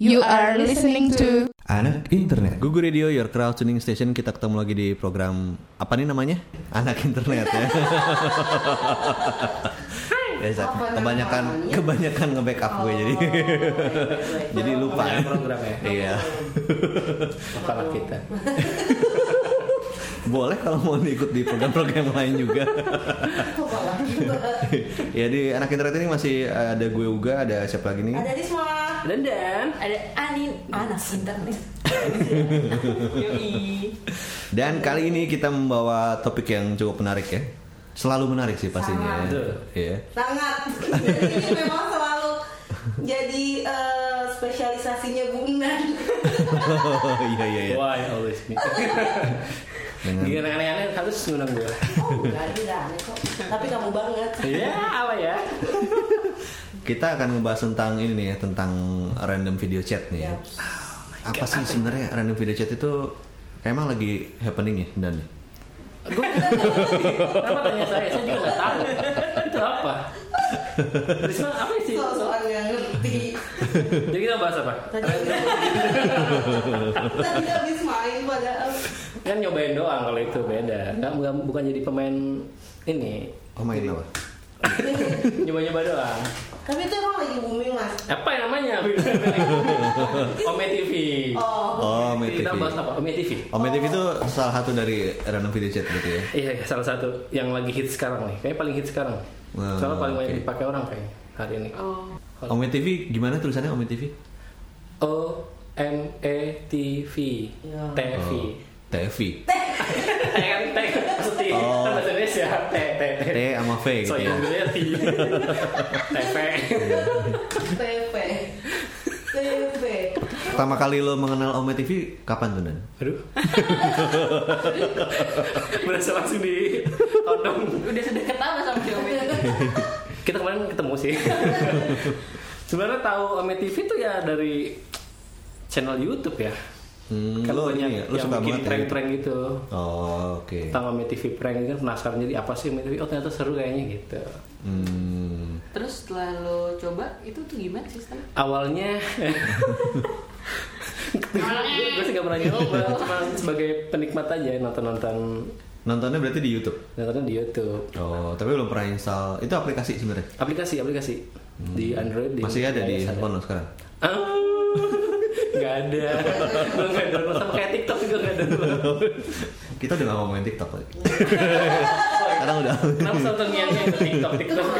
You are listening to Anak Internet. Google Radio, your crowd tuning station. Kita ketemu lagi di program apa nih namanya? Anak Internet ya. Biasa, kebanyakan nge-backup gue jadi lupa. Program ya. Iya. Kepala kita. Boleh kalau mau ikut di program-program lain juga. Ya di Anak Internet ini masih ada gue Uga, ada siapa lagi nih? Ada Risma, Dan ada Anin, anak internet. Dan kali ini kita membawa topik yang cukup menarik ya. Selalu menarik sih pastinya. Iya. Sangat. Jadi ini memang selalu jadi spesialisasinya Bung Nan. Oh iya. Why always me? Gila aneh-aneh harus ngundang gue. Oh, enggak aneh kok. Tapi kamu banget. Iya, apa ya? Kita akan ngebahas tentang ini nih ya, tentang random video chat nih. Ya. Apa sih sebenarnya random video chat itu emang lagi happening ya Dan? Gue kenapa tanya saya juga nggak tahu. Itu apa? Risma apa sih? Soal yang ngerti. Jadi kita bahas apa? Tadi habis main padahal. Kan nyobain doang kalau itu beda. Bukan jadi pemain ini. Oh main apa? Nyoba-nyoba doang. Tapi itu emang lagi booming mas. Apa yang namanya? Ome TV. Oh, Ome TV. Kita bahas apa? Ome TV. Ome TV itu salah satu dari random video chat gitu ya? Iya, salah satu yang lagi hits sekarang nih. Kayaknya paling hits sekarang. Soalnya paling banyak dipakai orang kayaknya hari ini. Ome TV gimana tulisannya Ome TV? OMETV. Ya. TV. TV. Kan pasti kan bahasa Indonesia T sama V gitu so ya. Inggrisnya TV. TV. Pertama kali lo mengenal Ome TV kapan tuh Dan? Aduh. Berasa langsung di todong. Udah sedekat apa sama si Ome? Kita kemarin ketemu sih. Sebenarnya tahu Ome TV tuh ya dari channel YouTube ya. Kan Lo banyak ini ya, lo yang suka bikin banget prank-prank gitu. Oh, oke. Tentang Ome TV prank kan penasaran jadi apa sih Ome TV? Oh ternyata seru kayaknya gitu. Terus setelah lo coba itu tuh gimana sistemnya? Awalnya gue sih gak pernah nyoba, cuma sebagai penikmat aja nonton. Nontonnya berarti di YouTube? Nontonnya di YouTube. Oh, tapi belum pernah install. Itu aplikasi sebenarnya? Aplikasi di Android. Masih ada di handphone lo sekarang? Gak ada. Gue gak download sama kayak TikTok juga gak download. Kita udah gak ngomongin TikTok lagi. Sekarang udah. Kenapa nontonnya ke TikTok?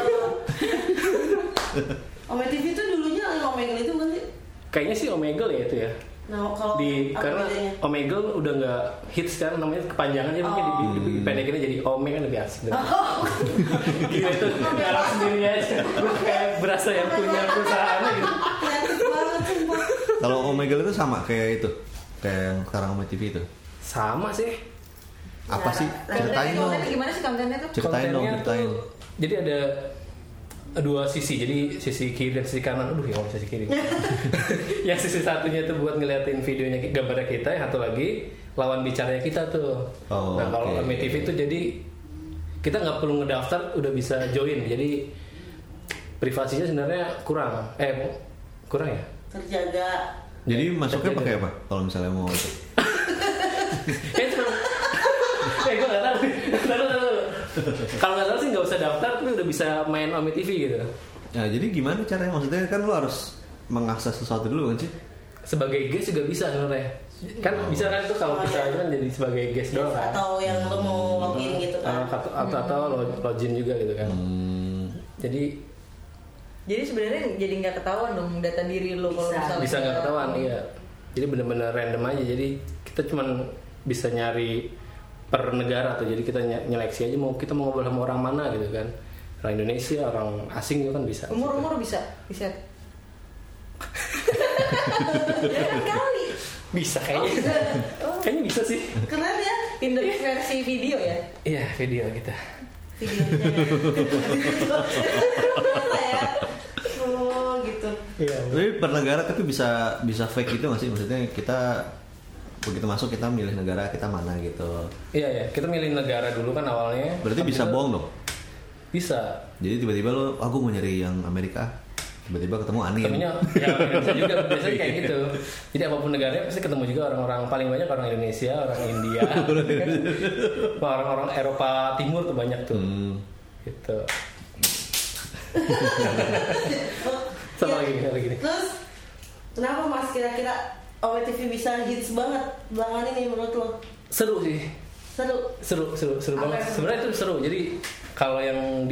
Ome TV itu dulunya Omegle itu kan sih? Kayaknya sih Omegle ya itu ya. Nah kalau Karena bedanya? Omegle udah nggak hits kan, namanya kepanjangan jadi mungkin dipendekinnya jadi Ome kan lebih asik. Gitu itu ngarang sendiri aja. Gue kayak berasa yang punya perusahaannya gitu. Kreatif banget sumpah. Kalau Omegle itu sama kayak itu, kayak yang sekarang Ome TV itu. Sama sih. Apa sih? Ceritain dong. Kontennya gimana sih kontennya tuh? Ceritain. Jadi ada dua sisi, jadi sisi kiri dan sisi kanan. Aduh ya ngomong sisi kiri. Yang sisi satunya tuh buat ngeliatin videonya, gambarnya kita, yang satu lagi lawan bicaranya kita tuh. Nah kalau Ome TV itu jadi kita nggak perlu ngedaftar, udah bisa join. Jadi privasinya sebenarnya kurang ya. Terjaga. Jadi masuknya pakai apa? Kalau misalnya mau Gue nggak tahu. Kalau nggak tahu sih nggak usah daftar, tapi udah bisa main Ome TV gitu. Nah, jadi gimana caranya? Maksudnya kan lo harus mengakses sesuatu dulu kan sih? Sebagai guest juga bisa sebenarnya. Kan bisa kan tuh kalau kita itu kan jadi sebagai guest doang kan. Atau yang lo mau login gitu kan? Atau login juga gitu kan. Jadi sebenarnya jadi nggak ketahuan dong data diri lo kalau misalnya Bisa nggak ketahuan, iya. Jadi bener-bener random aja. Jadi kita cuman bisa nyari per negara tuh. Jadi kita nyeleksi aja kita mau ngobrol sama orang mana gitu kan. Orang Indonesia, orang asing juga kan bisa. umur bisa. Kali. Bisa kayaknya. Kayaknya bisa sih. Keren ya? Tinder versi video ya? Iya, video kita. Videonya. Ya. Oh gitu. Iya. Tapi per negara tapi bisa fake gitu nggak sih? Maksudnya kita begitu masuk kita milih negara kita mana gitu. Iya, kita milih negara dulu kan awalnya. Berarti bisa bohong dong? Bisa. Jadi tiba-tiba lo, aku mau nyari yang Amerika tiba-tiba ketemu Anin. Ketemunya ya orang Indonesia juga biasanya kayak gitu. Jadi apapun negaranya pasti ketemu juga orang-orang, paling banyak orang Indonesia, orang India, orang-orang Eropa Timur tuh banyak tuh. Gitu. Sama lagi. Terus kenapa Mas kira-kira OMTV bisa hits banget belakangan ini menurut lo? Seru sih. Seru banget. Sebenarnya itu seru. Jadi kalau yang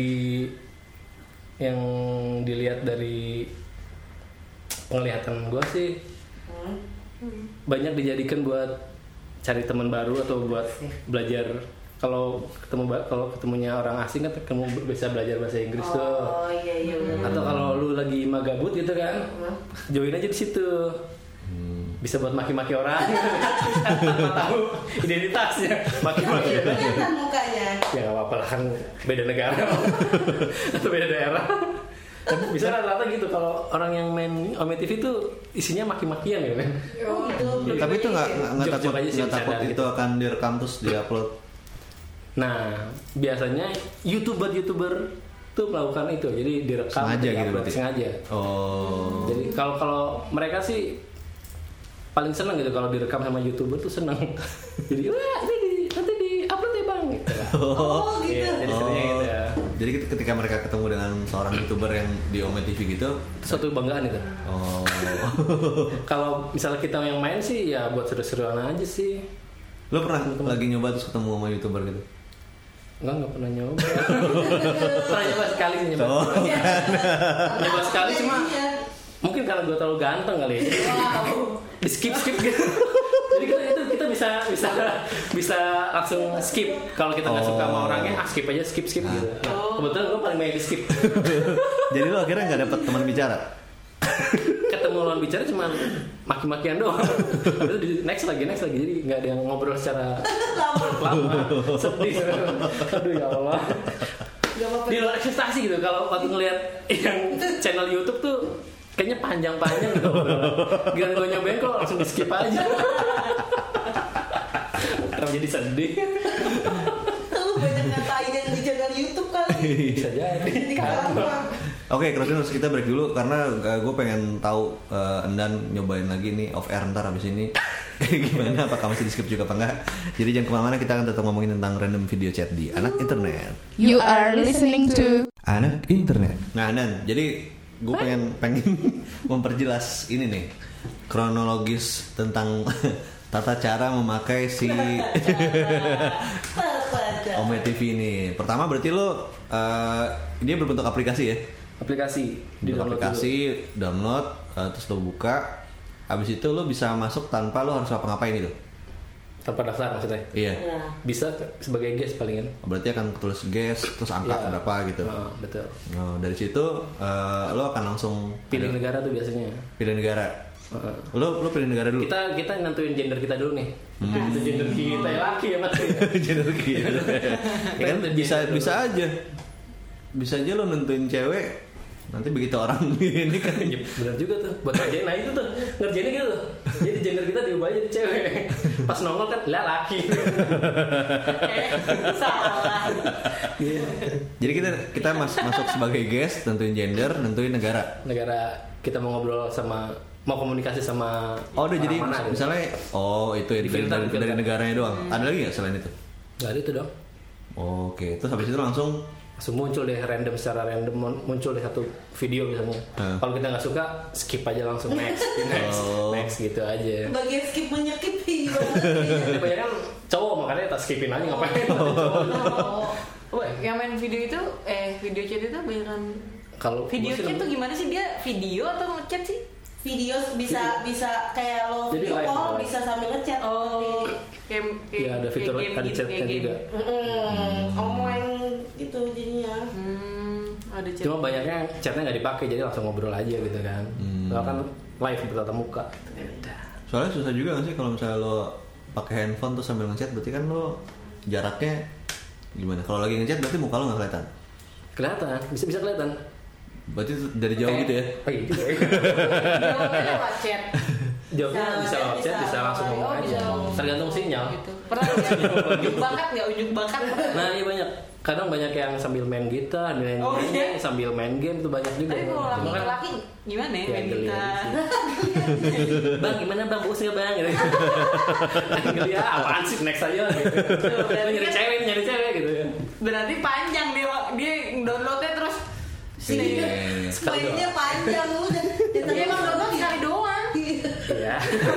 dilihat dari penglihatan gue sih banyak dijadikan buat cari teman baru atau buat belajar. Kalau ketemunya orang asing kan kamu bisa belajar bahasa Inggris tuh. Oh iya. Atau kalau lu lagi magabut gitu kan, join aja di situ. Bisa buat maki-maki orang tanpa tahu identitasnya, maki-maki orang. Kelihatan mukanya. Ya nggak apa-apa lah, kan beda negara atau beda daerah. Tapi bisa rata-rata gitu kalau orang yang main OMTV itu isinya maki-makian ya kan. Oh gitu. Tapi itu nggak Jok-jok aja sih, takut bercanda itu gitu. akan direkam terus diupload. Nah biasanya youtuber tuh melakukan itu, jadi direkam Sengaja gitu diupload, berarti? sengaja. Oh. Jadi kalau mereka sih paling seneng gitu kalau direkam sama youtuber tuh seneng. Jadi wah ini nanti di upload ya bang. Gitu. Oh gitu. Iya, jadi seringnya gitu ya. Jadi ketika mereka ketemu dengan seorang youtuber yang di OMTV gitu, Suatu kebanggaan itu. oh. Kalau misalnya kita yang main sih ya buat seru-seruan aja sih. Lo pernah lagi nyoba terus ketemu sama youtuber gitu? Enggak pernah nyoba. Pernah nyoba sekali sih nyoba. Oh, Nyoba sekali cuma Iya. mungkin karena gue terlalu ganteng kali ya. Wow. Di skip gitu. Jadi kita bisa langsung skip kalau kita nggak suka sama orangnya, skip aja skip gitu. Nah, kebetulan gue paling banyak di skip. Jadi lo akhirnya nggak dapet teman bicara? Ketemu lawan bicara cuma maki-makian doang. Habis itu di next lagi jadi nggak ada yang ngobrol secara lama. Sedih. Aduh ya Allah. Gak apa-apa. Di luar ekspektasi gitu kalau waktu ngeliat yang channel YouTube tuh kayaknya panjang-panjang gitu. Gila gue nyobain kok langsung di skip aja. Kenapa jadi sedih? Lu banyak ngatain yang di channel YouTube kali. Bisa jadi. Jadi karma. Oke, Krosinus, kita break dulu karena gue pengen tahu Endan nyobain lagi nih off air ntar abis ini gimana, apakah masih di skip juga apa enggak. Jadi jangan kemana-mana, kita akan tetap ngomongin tentang random video chat di Anak Internet. You are listening to Anak Internet. Nah, Dan, jadi gue pengen memperjelas ini nih, kronologis tentang tata cara memakai si OMTV ini. Pertama berarti lo dia berbentuk aplikasi ya? Aplikasi di download, terus lo buka. Habis itu lo bisa masuk tanpa lo harus ngapa-ngapain itu. tanpa daftar maksudnya. Iya. Bisa sebagai guest palingan. Berarti akan tulis guest terus angka berapa gitu. Betul. Nah, dari situ lo akan langsung Pilih negara tuh biasanya. pilih negara. Lo pilih negara dulu. Kita nentuin gender kita dulu nih. Itu gender kita ya, laki ya mas. Gender kita. Ya kan bisa aja. Bisa aja lo nentuin cewek. Nanti begitu orang ini kan. Benar juga tuh. Buat ngerjain, nah itu tuh ngerjainnya gitu tuh. Jadi gender kita diubah jadi cewek. Pas nongol kan lah laki. Salah. Jadi kita masuk sebagai guest, nentuin gender, nentuin negara. Negara kita mau ngobrol sama, mau komunikasi sama. Oh, udah jadi mana, gitu. misalnya di Difilter. dari negaranya doang. Ada lagi nggak selain itu? Nggak ada itu dong. Oke, terus habis itu langsung Muncul deh secara random muncul deh satu video misalnya. Kalau kita nggak suka skip aja langsung next gitu aja. Bagian skip menyekip gimana? Banyak kan cowok makanya tak skipin aja ngapain. Oh, yang main video itu video chat itu beneran. Kalau Video gua sih chat tuh gimana sih, dia video atau ngechat sih? Video bisa kayak lo Jadi video live, call live. bisa sambil ngechat. Oh, ya ada fitur game ada gitu, chatnya kayak game. juga. Online gitu jadinya. Ada chat. Cuma banyaknya chatnya nggak dipakai jadi langsung ngobrol aja gitu kan. Kalau kan live bertatap muka. soalnya susah juga nggak sih kalau misalnya lo pakai handphone terus sambil ngechat, berarti kan lo jaraknya gimana? Kalau lagi ngechat berarti muka lo nggak kelihatan. Kelihatan, bisa kelihatan. Berarti dari jauh gitu ya? Oh iya gitu ya. Jawabnya lewat chat. Jawabnya bisa lewat chat, bisa langsung ngomong aja. bisa ngomong. Ntar tergantung sinyal. Gitu. Pernah ujuk bakat nggak ujuk bakat? Nah iya banyak. Kadang banyak yang sambil main gitar, sambil main game tuh banyak juga. Tapi kalau Cuma kan laki-laki gimana ya main geli gitar? Bang gimana bang, bagus nggak bang? Gitu. Geli ya, apaan sih, next aja lah gitu. Nyari cewek gitu ya. Berarti panjang dia downloadnya terus Mainnya panjang udah. dia emang download sekali doang. Iya.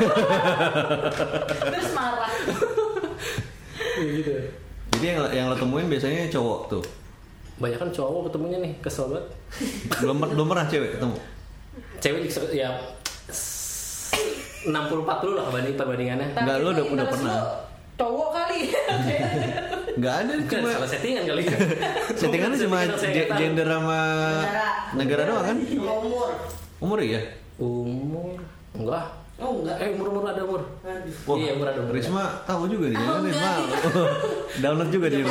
Terus marah. Gitu. Jadi yang lo temuin biasanya cowok tuh. Banyak kan cowok ketemunya nih, kesel banget. Belum pernah cewek ketemu. Cewek ya 60-40 lah perbandingannya. Enggak, lu udah pernah. Cowok kali. Enggak ada, Kan cuma salah settingan kali. settingannya cuma Settingan gender sama negara doang kan? Umur ya? Umur enggak. Oh enggak. Umur ada umur. Wah, Iya, umur ada umur. Risma tahu juga nih, jangan Risma. Download juga dia.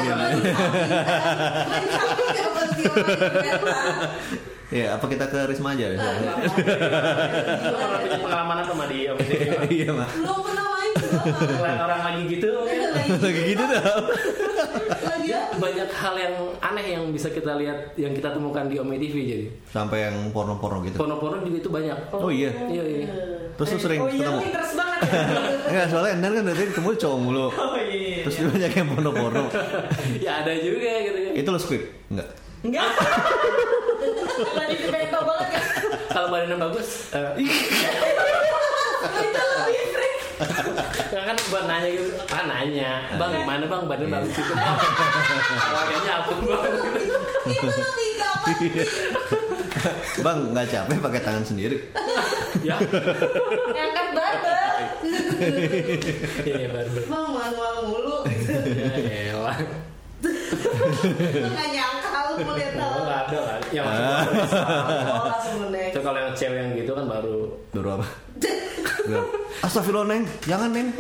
Ya, apa kita ke Risma aja? Pernah punya pengalaman apa sama dia? Iya, Mak. Belum pernah main juga. Ngeliat orang lagi gitu. Lagi gitu dah. Lagi apa? Banyak hal yang aneh yang bisa kita lihat, yang kita temukan di Omi TV jadi. Sampai yang porno-porno gitu. Porno-porno juga itu banyak. Oh iya. Iya. Terus lu sering ketemu? Interest banget. Enggak, soalnya Endan kan dari ketemu cowok mulu. Oh iya. Terus dia banyak yang porno-porno. Ya ada juga gitu kan. Itu lo squid? Enggak. Enggak. Tadi pengen tau banget kan. Kalau badannya bagus, kan buat nanya gitu, nanya, bang gimana bang badan bagus gitu, kayaknya aku bang. Itu lebih gampang. Bang, nggak capek pakai tangan sendiri? Ya, Ngangkat badan. iya barber. Bang manual mulu. Ya elah, Lu nggak nyangka lu mau lihat tahu. nggak ada kan? Yang Oh langsung next. itu kalau yang cewek yang gitu kan baru. Baru apa? Astagfirullah Neng, jangan Neng.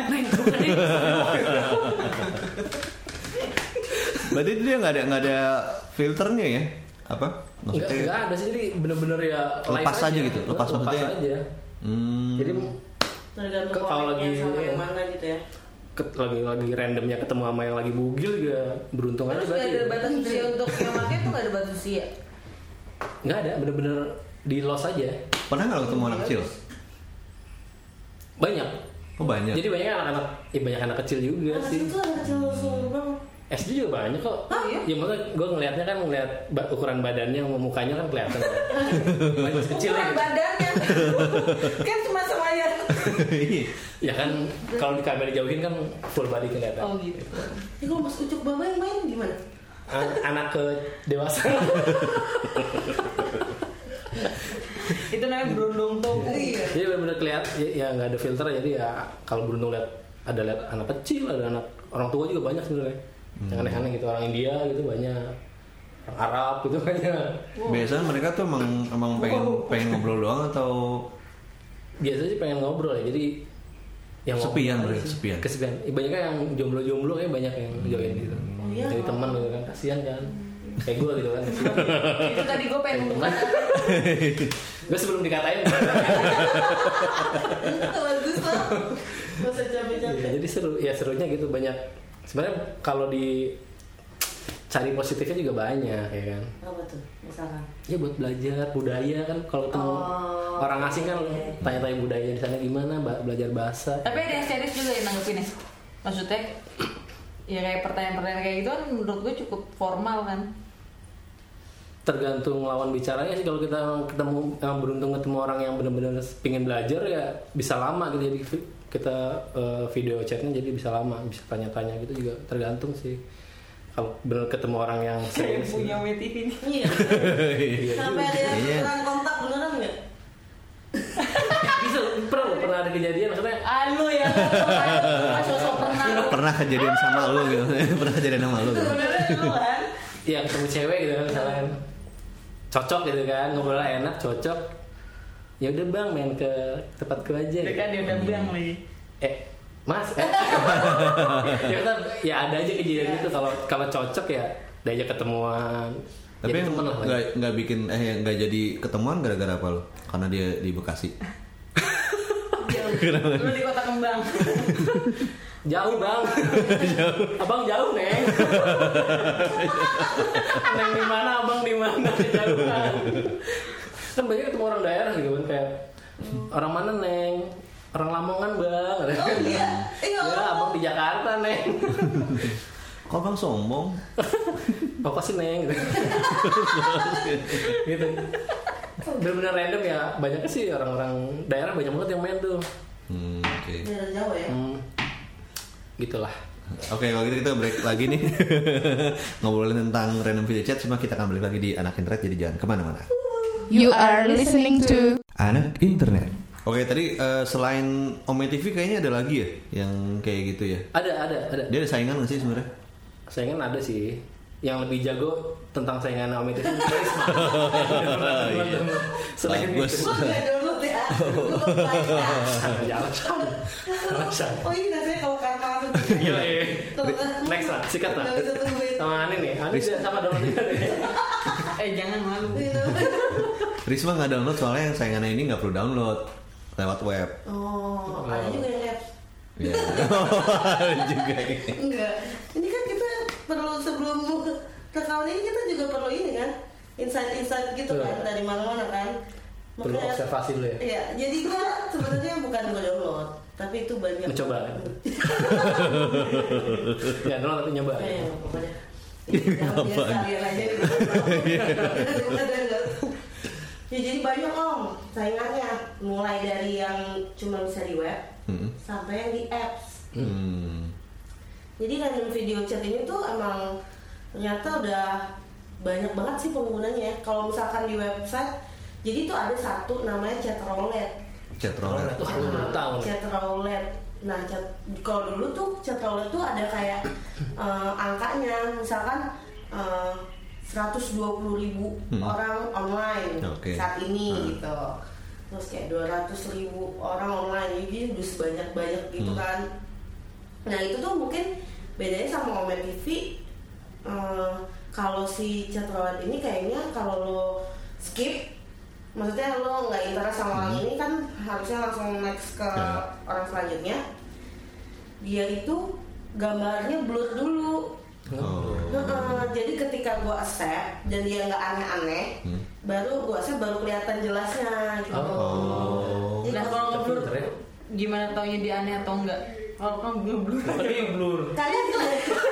Berarti dia nggak ada filternya ya? Apa? Maksudnya Nggak ada sih, jadi bener-bener ya lepas live aja gitu, lepas maksudnya. aja. Jadi Tergantung kalau orangnya lagi- sampai kemana gitu ya. lagi randomnya ketemu sama yang lagi bugil ya beruntung aja Terus nggak berarti. ada batas usia untuk yang pakai tuh nggak ada batas usia. Nggak ada, bener-bener di los aja. Pernah nggak lo ketemu anak kecil? Banyak. Oh banyak. Jadi banyak anak-anak, banyak anak kecil juga Anak sih. itu anak kecil seumur berapa? SD juga banyak kok. Oh, iya? Ya maksudnya gue ngelihatnya kan ukuran badannya, mukanya kan kelihatan. Banyak kecil Ukuran ya. badannya. Kan cuma semuanya. Ya kan kalau di kamera dijauhin kan full body kelihatan. Oh gitu. Ini kalau Mas Ucuk Baba yang main gimana? Anak ke dewasa. Itu namanya berundung tuh. Iya. Jadi benar-benar kelihatan ya nggak ada filter, jadi ya kalau beruntung lihat anak kecil, ada anak orang tua juga banyak sebenarnya. Yang aneh-aneh gitu, orang India gitu banyak. Orang Arab gitu banyak. Biasanya mereka tuh emang pengen ngobrol doang atau Biasanya sih pengen ngobrol ya. Jadi yang Sepian ngobrol mereka, aja sih. sepian. Kesepian. Banyak kan yang jomblo-jomblo kayak banyak yang join gitu. iya? Jadi teman gitu kan, kasihan kan. Kayak gue gitu kan. Itu tadi gue pengen Teman. Gue sebelum dikatain. Bagus lah. Gak usah capek-capek. Iya, jadi seru. Ya serunya gitu banyak. Sebenarnya kalau di cari positifnya juga banyak ya kan. Apa tuh misalkan? Ya buat belajar budaya kan, kalau ketemu orang asing kan tanya-tanya budaya di sana gimana, belajar bahasa. Tapi ada yang serius juga yang nanggepinnya. Maksudnya ya kayak pertanyaan-pertanyaan kayak gitu kan menurut gue cukup formal kan. Tergantung lawan bicaranya sih. Kalau kita beruntung ketemu orang yang benar-benar pingin belajar ya bisa lama gitu. Jadi kita video chatnya jadi bisa lama, bisa tanya-tanya gitu juga tergantung sih. Kalau benar ketemu orang yang serius sih. Punya WTV nih. Iya. Iya Sampai ada yang Iya. kurang kontak beneran nggak? Bisa pernah ada kejadian maksudnya. Alu ya. Sosok pernah. pernah kejadian sama lo gitu? Pernah kejadian sama lo gitu? Sebenarnya lu kan. Ya ketemu cewek gitu kan misalnya kan. Cocok gitu kan, ngobrolnya enak, cocok. Ya udah bang, main ke tempatku aja. Itu kan dia udah bilang lagi. Mas, ya ada aja kejadian itu. Kalau cocok ya diajak ketemuan. Tapi Jadi temen lah. nggak bikin nggak jadi ketemuan gara-gara apa lo? Karena dia di Bekasi. Jauh. Lu di Kota Kembang. Jauh bang. Abang jauh neng. Neng di mana, abang di mana, kejauhan. Kan banyak ketemu orang daerah gitu kan kayak orang mana neng, orang Lamongan bang. Oh iya. Ya abang di Jakarta neng. Kok bang sombong? Apa sih neng? Gitu. Bener-bener random ya. Banyaknya sih orang-orang daerah banyak banget yang main tuh. Oke. Dari jauh ya. Gitulah. Oke, kalau gitu kita break lagi nih. Ngobrolin tentang random video chat, cuma kita akan balik lagi di Anak Internet, jadi jangan kemana-mana. You are listening to Anak Internet. Oke, tadi selain Ome TV kayaknya ada lagi ya yang kayak gitu ya. Ada. Dia ada saingan nggak sih sebenarnya? Saingan ada sih. Yang lebih jago tentang saingan Ome TV Risma. Selain Bagus. itu. Gue gak download ya. Jangan. Oh ini rasanya kalau karma langsung. Iya. Next lah, sikat lah. Gak bisa tungguin. Sama Ani nih. Ani sama download juga deh. Jangan malu. Risma nggak download soalnya yang saingannya ini nggak perlu download lewat web. Oh, ada juga yang apps. Iya. Juga. Enggak. Ini kan kita perlu sebelum ke kawan ini kita juga perlu ini kan. Insight gitu kan dari mana-mana kan. Perlu observasi dulu ya. Iya, jadi gua sebenarnya bukan gua download, tapi itu banyak. Mencoba. Ya, download tapi nyoba. Iya, pokoknya. Biasa kalian aja ya jadi banyak om saingannya, mulai dari yang cuma bisa di web sampai yang di apps. Jadi random video chat ini tuh emang ternyata udah banyak banget sih penggunanya. Kalau misalkan di website, jadi tuh ada satu namanya chat roulette. Chat roulette. Chat roulette. Nah, kalau dulu tuh chat roulette tuh ada kayak angkanya, misalkan 120.000 orang online saat ini gitu. Terus kayak 200.000 orang online, jadi udah sebanyak-banyak gitu kan. Nah itu tuh mungkin bedanya sama Ome TV. Kalau si chat roulette ini kayaknya kalau lo skip, maksudnya lo nggak interest sama orang ini kan harusnya langsung next ke orang selanjutnya. Dia itu gambarnya blur dulu. Jadi ketika gue accept dan dia nggak aneh-aneh, baru gue accept baru kelihatan jelasnya gitu. Nah kalau ngeblur gimana taunya dia aneh atau enggak? Kalau kan blur. Blur. Kalian tuh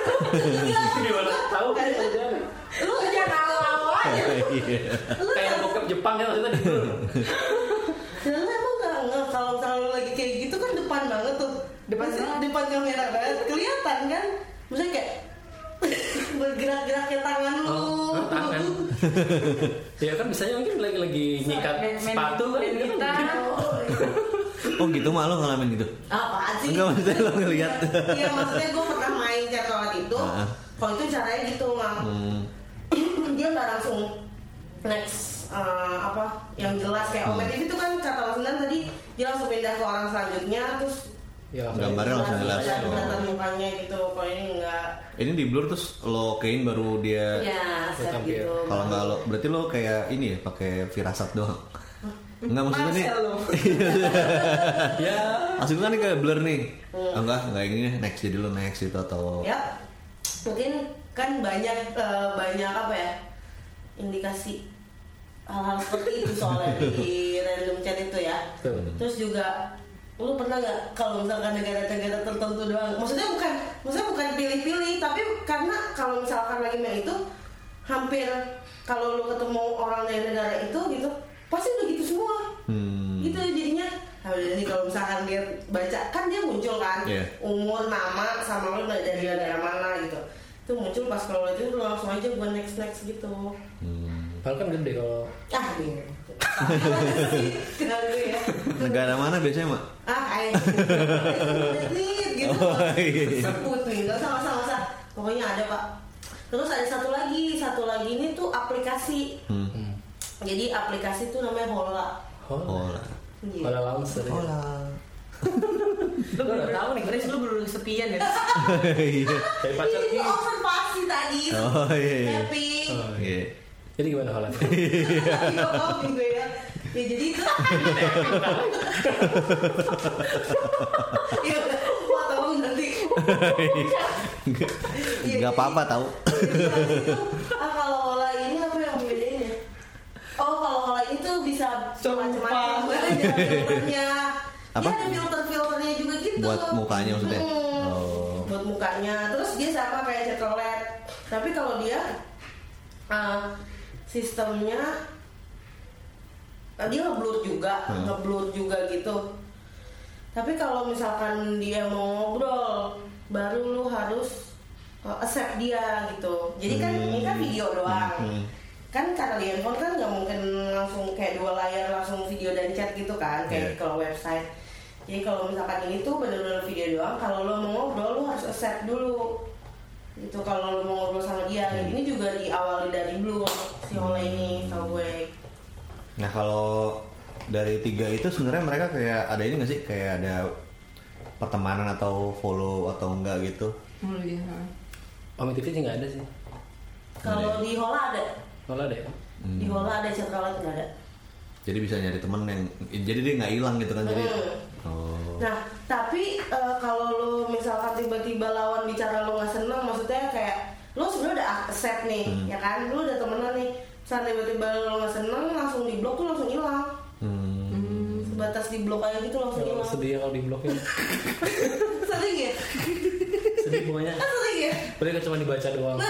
Gimana tahu kan dia? lu jangan awal aja. Kayak bokep Jepang ya maksudnya di blur. Lu emang nggak kalau terlalu lagi kayak gitu kan depan banget tuh. Depan kamera banget kelihatan kan. Maksudnya kayak bergerak-geraknya tangan lu. Tangan. Ya kan biasanya mungkin lagi nyikat sepatu kan kita. Oh gitu mah lo ngalamin gitu? Apaan sih? Enggak, maksudnya lo ngeliat. Iya maksudnya gue pernah main chat roulette itu. Kalau itu caranya gitu mah. Dia nggak langsung next yang jelas kayak Ome TV itu kan kata Mas Nan tadi dia langsung pindah ke orang selanjutnya terus ya, gambarnya langsung jelas. Kelihatan mukanya gitu. Kalau ini enggak. Ini di blur terus lo kein baru dia. Ya set gitu. Kalau enggak lo berarti lo kayak ini ya pakai firasat doang. Enggak maksudnya nih. Ya, maksudnya kan nih kayak blur nih. Enggak ini next jadi lo next itu atau. Ya. Mungkin kan banyak apa ya? Indikasi hal-hal seperti itu soalnya di random chat itu ya. Terus juga lu pernah nggak kalau misalkan negara-negara tertentu doang? Maksudnya bukan pilih-pilih, tapi karena kalau misalkan lagi main itu hampir kalau lu ketemu orang dari negara itu gitu pasti udah gitu semua. Gitu jadinya. Nah, jadi kalau misalkan dia baca kan dia muncul kan umur, nama sama lu dari negara mana gitu. Itu muncul pas kalau itu lu langsung aja buat next gitu. Kalau kan gede kalau. Bingung. Kenal gue ya. Negara mana biasanya mak? Kayak gitu. Sebut nih, nggak usah. Pokoknya ada pak. Terus ada satu lagi ini tuh aplikasi. Jadi aplikasi tuh namanya Hola. Hola Launcher. Lu udah tahu nih, Chris, lu bener kesepian ya. Kayak pacar Ini observasi tadi. Happy. Iya. Jadi gimana Hola? Gue ya. Ya jadi itu. Iya, gua tahu nanti. Nggak apa-apa tahu. Kalau Hola ini apa yang bedain ya? Oh, kalau Hola ini tuh bisa macam-macam. Ada filternya. Apa? Dia ada filter-filternya juga gitu. Buat mukanya maksudnya? Oh. Buat mukanya. Terus dia sama kayak chatroulette. Tapi kalau dia sistemnya dia ngeblur juga gitu. Tapi kalau misalkan dia mau ngobrol, baru lu harus accept dia gitu. Jadi kan ini kan video doang. Kan karena di handphone kan nggak mungkin langsung kayak 2 layar langsung video dan chat gitu kan, kayak kalau website. Jadi kalau misalkan ini tuh benar-benar video doang, kalau lo mau ngobrol lo harus accept dulu. Gitu kalau lo mau ngobrol sama dia. Ini juga diawali dari blue si Hola ini, tau gue. Nah kalau dari 3 itu sebenarnya mereka kayak ada ini nggak sih, kayak ada pertemanan atau follow atau enggak gitu? Oh iya. Omi TV sih nggak ada sih. Kalau di Hola ada. Hola ada ya? Di Hola ada, chatroulette nggak ada. Jadi bisa nyari temen yang, jadi dia nggak hilang gitu kan jadi. Oh. Nah tapi kalau lo misalkan tiba-tiba lawan bicara lo nggak seneng, maksudnya kayak lo sebenarnya udah accept nih, ya kan? Lo udah temenan nih. Saat tiba-tiba lo nggak seneng, langsung di blok tuh langsung hilang. Sebatas di blok aja gitu langsung hilang. Sedih ya kalau di blok ya. Sering ya? Sedih pokoknya. Sering ya? Boleh kan cuma dibaca doang.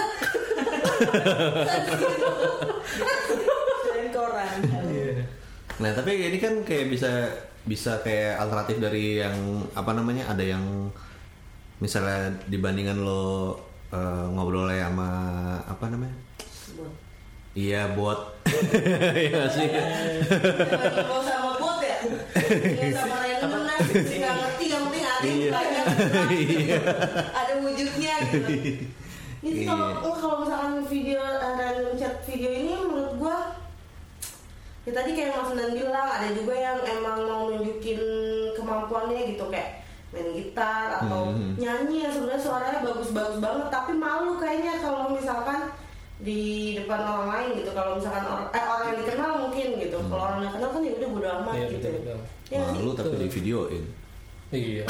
Dari koran. Nah tapi ini kan kayak bisa kayak alternatif dari yang apa namanya, ada yang misalnya dibandingan lo ngobrolnya sama apa namanya? Iya bot. Iya sih. Kalau sama bot ya? Iya sama random lah. Nggak ngerti, yang penting ada yang banyak. Ada wujudnya gitu. Jadi kalau misalkan video random chat video ini menurut gua ya tadi kayak Mas Nan bilang, ada juga yang emang mau nunjukin kemampuannya gitu, kayak main gitar atau nyanyi yang sebenarnya suaranya bagus-bagus banget, tapi malu kayaknya kalau misalkan di depan orang lain gitu. Kalau misalkan orang yang dikenal mungkin gitu. Kalau orang yang kenal kan ya udah bodo amat Iya, gitu. betul. Ya, Malu tapi di videoin. Iya.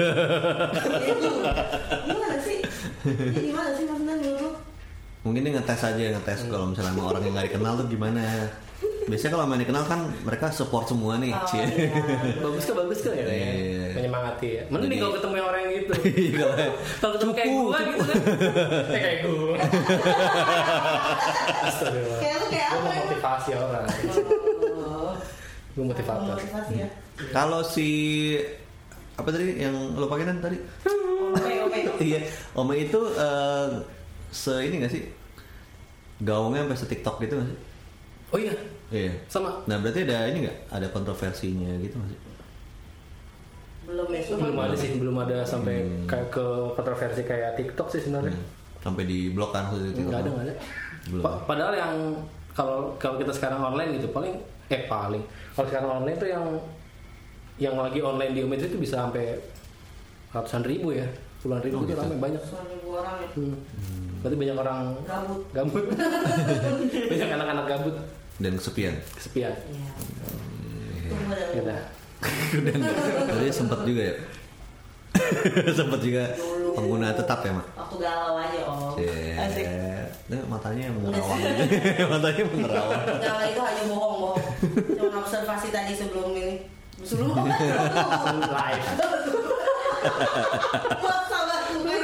Gimana sih? Jadi gimana sih Mas Nan dulu? Mungkin dia ngetes kalau misalnya sama orang yang nggak dikenal tuh gimana. Biasanya kalau yang dikenal kan mereka support semua nih. Oh, Cie. iya. Bagus kan ya? Iya. Menyemangati ya. Mending Jadi- kalau ketemu yang orang yang gitu. Iya, Kalau ketemu kayak gua gitu kan. Kayak gua. Astagfirullah. Kayak lu kayak Gua apa mau ya? motivasi orang. Oh, Gua motivator. motivasi ya. Kalau si apa tadi yang lo pakai tadi? Oke. Iya, Ome itu ini nggak sih? Gaungnya sampai se-TikTok gitu nggak sih? Oh iya, Iya. sama. Nah berarti ada ini nggak? Ada kontroversinya gitu nggak sih? Belum ya. Belum ada sih, belum ada sampai kayak ke kontroversi kayak TikTok sih sebenarnya. Sampai di blok kan khusus TikTok? Nggak ada. Belum. Padahal yang kalau kita sekarang online gitu paling kalau sekarang online tuh yang lagi online di Ometri itu bisa sampai ratusan ribu ya, puluhan ribu itu gitu. ramai banyak. 1.000 orang ya. Berarti banyak orang Gabut. banyak anak-anak gabut, Dan kesepian. kesepian. Iya. Tunggu dah. Gitu. Jadi sempat juga ya. Sempat juga pengguna tetap ya, Mak. Waktu galau aja om. Asik. Nah, matanya menerawang. Matanya menerawang. Galau itu hanya bohong. Cuma observasi tadi sebelum ini. Sebelum Live. Maksa banget gue.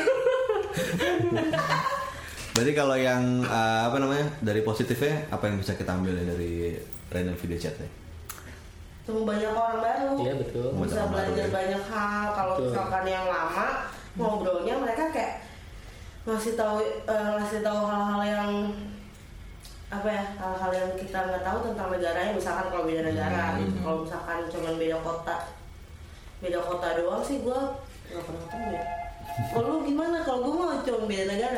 Berarti kalau yang apa namanya, dari positifnya apa yang bisa kita ambil dari random video chat nih? Cuma banyak orang baru. Iya betul. Banyak Bisa orang baru, belajar ya. banyak hal. Kalau Betul. misalkan yang lama ngobrolnya mereka kayak ngasih tahu hal-hal yang apa ya, hal-hal yang kita nggak tahu tentang negaranya. Misalkan kalau beda negara, gitu. Kalau misalkan cuma beda kota doang sih gue nggak pernah ketemu ya. Kalau lu gimana? Kalau gue mau cuma beda negara.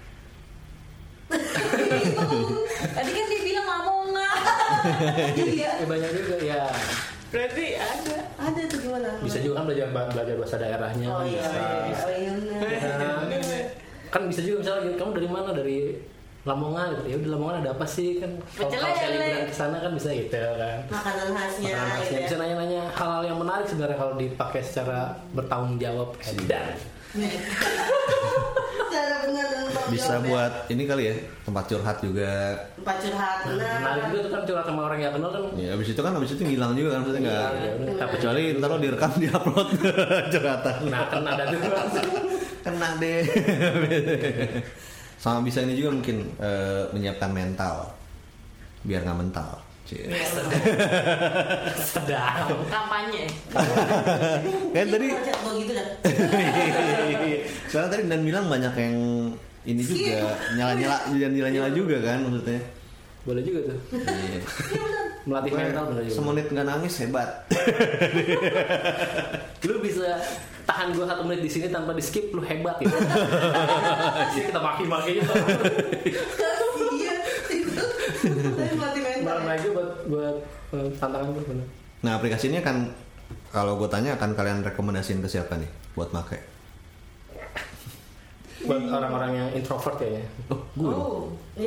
Tadi kan dia bilang Lamongan. Iya. Banyak juga ya. Berarti ada. Ada tuh gimana? Bisa juga kan belajar bahasa daerahnya. Oh kan iya. bisa. Oh iya. Nah, kan bisa juga misalnya kamu dari mana, dari Lamongan gitu. Ya udah Lamongan ada apa sih kan? Kalau saya liburan ke sana kan bisa gitu kan. Makanan khasnya. Gitu Bisa nanya-nanya hal-hal yang menarik sebenarnya kalau dipakai secara bertanggung jawab. Dan Cara benar dan Bisa buat ini kali ya, tempat curhat juga. tempat curhat. menarik juga tuh kan curhat sama orang yang kenal kan. Ya abis itu ngilang juga kan, maksudnya nggak. Iya, Kecuali ntar lo direkam diupload curhatan. Nah kan ada tuh. Kena deh. Sama bisa ini juga mungkin menyiapkan mental biar nggak mental. Cie. Sedap. Kampanye. Kan tadi Chat gue gitu dah. soalnya tadi Dan bilang banyak yang ini juga nyala juga kan maksudnya. Boleh juga tuh. Iya. Melatih mental bener juga. Semenit nggak nangis hebat. Lu bisa tahan gua 1 menit di sini tanpa di skip, lu hebat gitu. Sini kita maki-maki aja. Iya. Tapi mati mental. Barang lagi buat tantangan gue bener. Nah aplikasinya kan kalau gue tanya akan kalian rekomendasiin ke siapa nih buat make? Buat orang-orang yang introvert kayaknya. Oh gue. Oh, iya.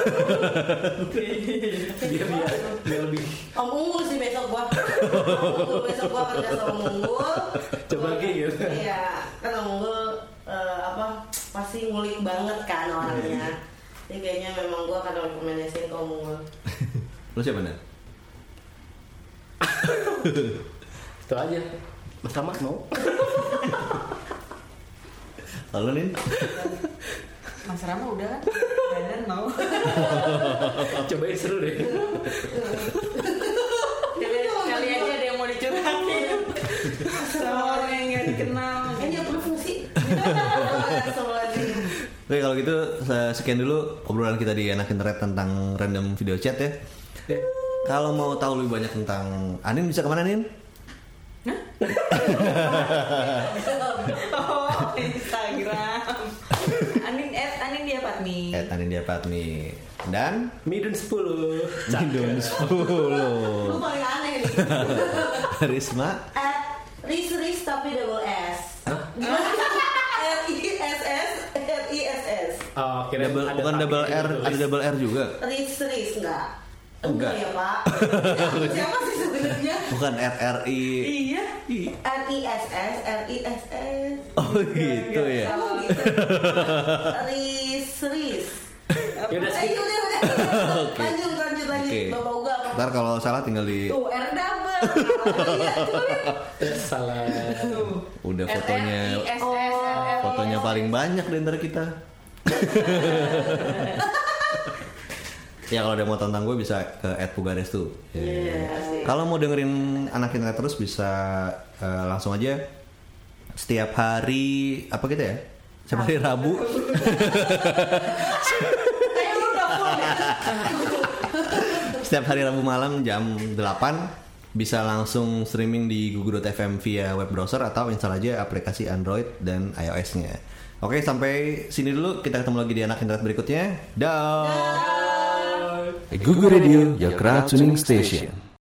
Biar lebih. Om Unggul sih besok gua. Besok gua kerja sama Om Unggul. Coba gitu. Iya, kan Om Unggul pasti ngulik banget kan orangnya. Jadi kayaknya memang gua akan rekomendasiin ke Om Unggul. Lu siapa nih? Itu aja. Mas Rahmat mau? Lalu Nin? Mas Rama udah kan? Dadan mau. Cobain seru deh. Kali aja ada yang mau dicurhatin sama orang yang gak dikenal. Ini apa fungsi? Oke kalau gitu sekian dulu obrolan kita di Anak Internet tentang random video chat ya. Kalau mau tahu lebih banyak tentang Anin bisa kemana Nin? Oh, Instagram. Anin dia Patmi. @anindiapatmi dan Midun 10. Midun 10. Lu paling aneh nih. Risma Riz tapi double S. RISS. Oh, kira bukan double R, ada double R juga. Riz enggak. Enggak. Ya Pak. Siapa sih sebenarnya? Bukan RRI. Iya. RISS. Oh gitu ya. Sama gitu. Riz. Ya udah skip. Udah. Oke. Lanjut. Oke. Bapak Uga. Ntar kalau salah tinggal di Tuh, R double. Salah. udah fotonya paling banyak di antara kita. Ya kalau ada mau tentang gue bisa ke @pugares tuh. Kalau mau dengerin Anak Internet terus bisa langsung aja setiap hari apa gitu ya? Setiap hari Rabu. Setiap hari Rabu malam jam 8 bisa langsung streaming di google.fm via web browser atau install aja aplikasi Android dan iOS-nya. Oke, sampai sini dulu. Kita ketemu lagi di Anak Internet berikutnya. Dah. Google Radio, your crowd tuning station.